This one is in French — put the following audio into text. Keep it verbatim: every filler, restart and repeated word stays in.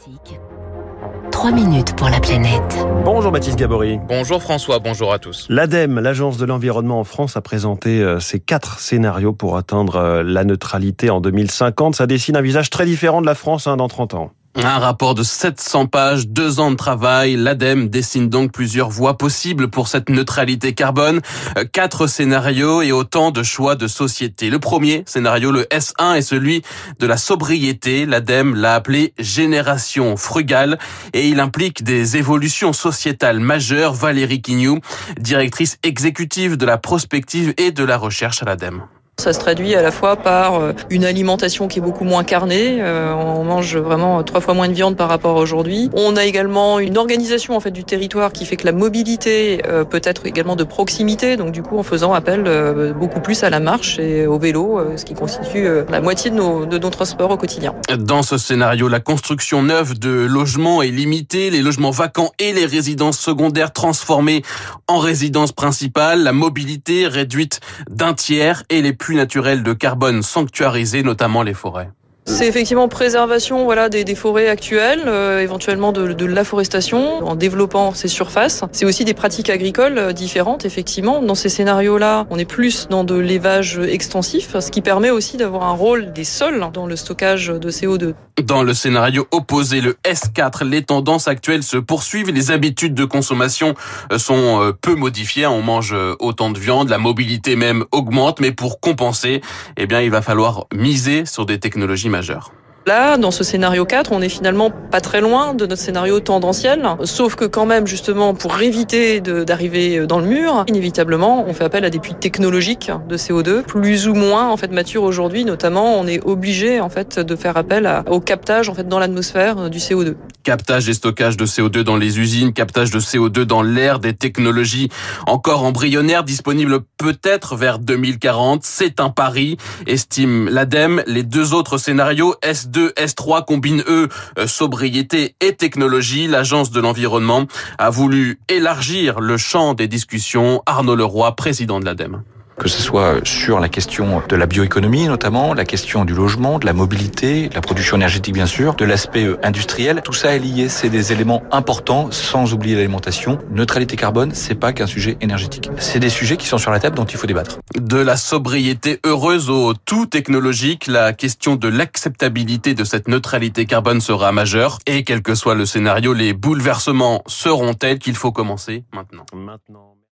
Classique. Trois minutes pour la planète. Bonjour Baptiste Gabory. Bonjour François, bonjour à tous. L'ADEME, l'Agence de l'environnement en France, a présenté ses quatre scénarios pour atteindre la neutralité en deux mille cinquante. Ça dessine un visage très différent de la France hein, dans trente ans. Un rapport de sept cents pages, deux ans de travail. L'ADEME dessine donc plusieurs voies possibles pour cette neutralité carbone. Quatre scénarios et autant de choix de société. Le premier scénario, le S un, est celui de la sobriété. L'ADEME l'a appelé génération frugale et il implique des évolutions sociétales majeures. Valérie Quignou, directrice exécutive de la prospective et de la recherche à l'ADEME. Ça se traduit à la fois par une alimentation qui est beaucoup moins carnée. Euh, on mange vraiment trois fois moins de viande par rapport à aujourd'hui. On a également une organisation en fait du territoire qui fait que la mobilité euh, peut être également de proximité. Donc du coup, en faisant appel euh, beaucoup plus à la marche et au vélo, euh, ce qui constitue euh, la moitié de nos, de nos transports au quotidien. Dans ce scénario, la construction neuve de logements est limitée, les logements vacants et les résidences secondaires transformées en résidences principales. La mobilité réduite d'un tiers et les plus naturels de carbone sanctuarisés, notamment les forêts. C'est effectivement préservation voilà des, des forêts actuelles, euh, éventuellement de, de l'afforestation en développant ces surfaces. C'est aussi des pratiques agricoles euh, différentes effectivement. Dans ces scénarios-là, on est plus dans de l'élevage extensif, ce qui permet aussi d'avoir un rôle des sols dans le stockage de C O deux. Dans le scénario opposé, le S quatre, les tendances actuelles se poursuivent. Les habitudes de consommation sont peu modifiées. On mange autant de viande, la mobilité même augmente, mais pour compenser, eh bien, il va falloir miser sur des technologies majeures. Là, dans ce scénario quatre, on est finalement pas très loin de notre scénario tendanciel, sauf que quand même, justement, pour éviter de, d'arriver dans le mur, inévitablement, on fait appel à des puits technologiques de C O deux, plus ou moins en fait matures aujourd'hui. Notamment, on est obligé en fait de faire appel à, au captage en fait dans l'atmosphère du C O deux. Captage et stockage de C O deux dans les usines, captage de C O deux dans l'air, des technologies encore embryonnaires disponibles peut-être vers deux mille quarante. C'est un pari, estime l'ADEME. Les deux autres scénarios, S deux, S trois, combinent eux sobriété et technologie. L'Agence de l'environnement a voulu élargir le champ des discussions. Arnaud Leroy, président de l'ADEME. Que ce soit sur la question de la bioéconomie notamment, la question du logement, de la mobilité, de la production énergétique bien sûr, de l'aspect industriel, tout ça est lié, c'est des éléments importants, sans oublier l'alimentation. Neutralité carbone, c'est pas qu'un sujet énergétique. C'est des sujets qui sont sur la table dont il faut débattre. De la sobriété heureuse au tout technologique, la question de l'acceptabilité de cette neutralité carbone sera majeure. Et quel que soit le scénario, les bouleversements seront tels qu'il faut commencer maintenant. Maintenant.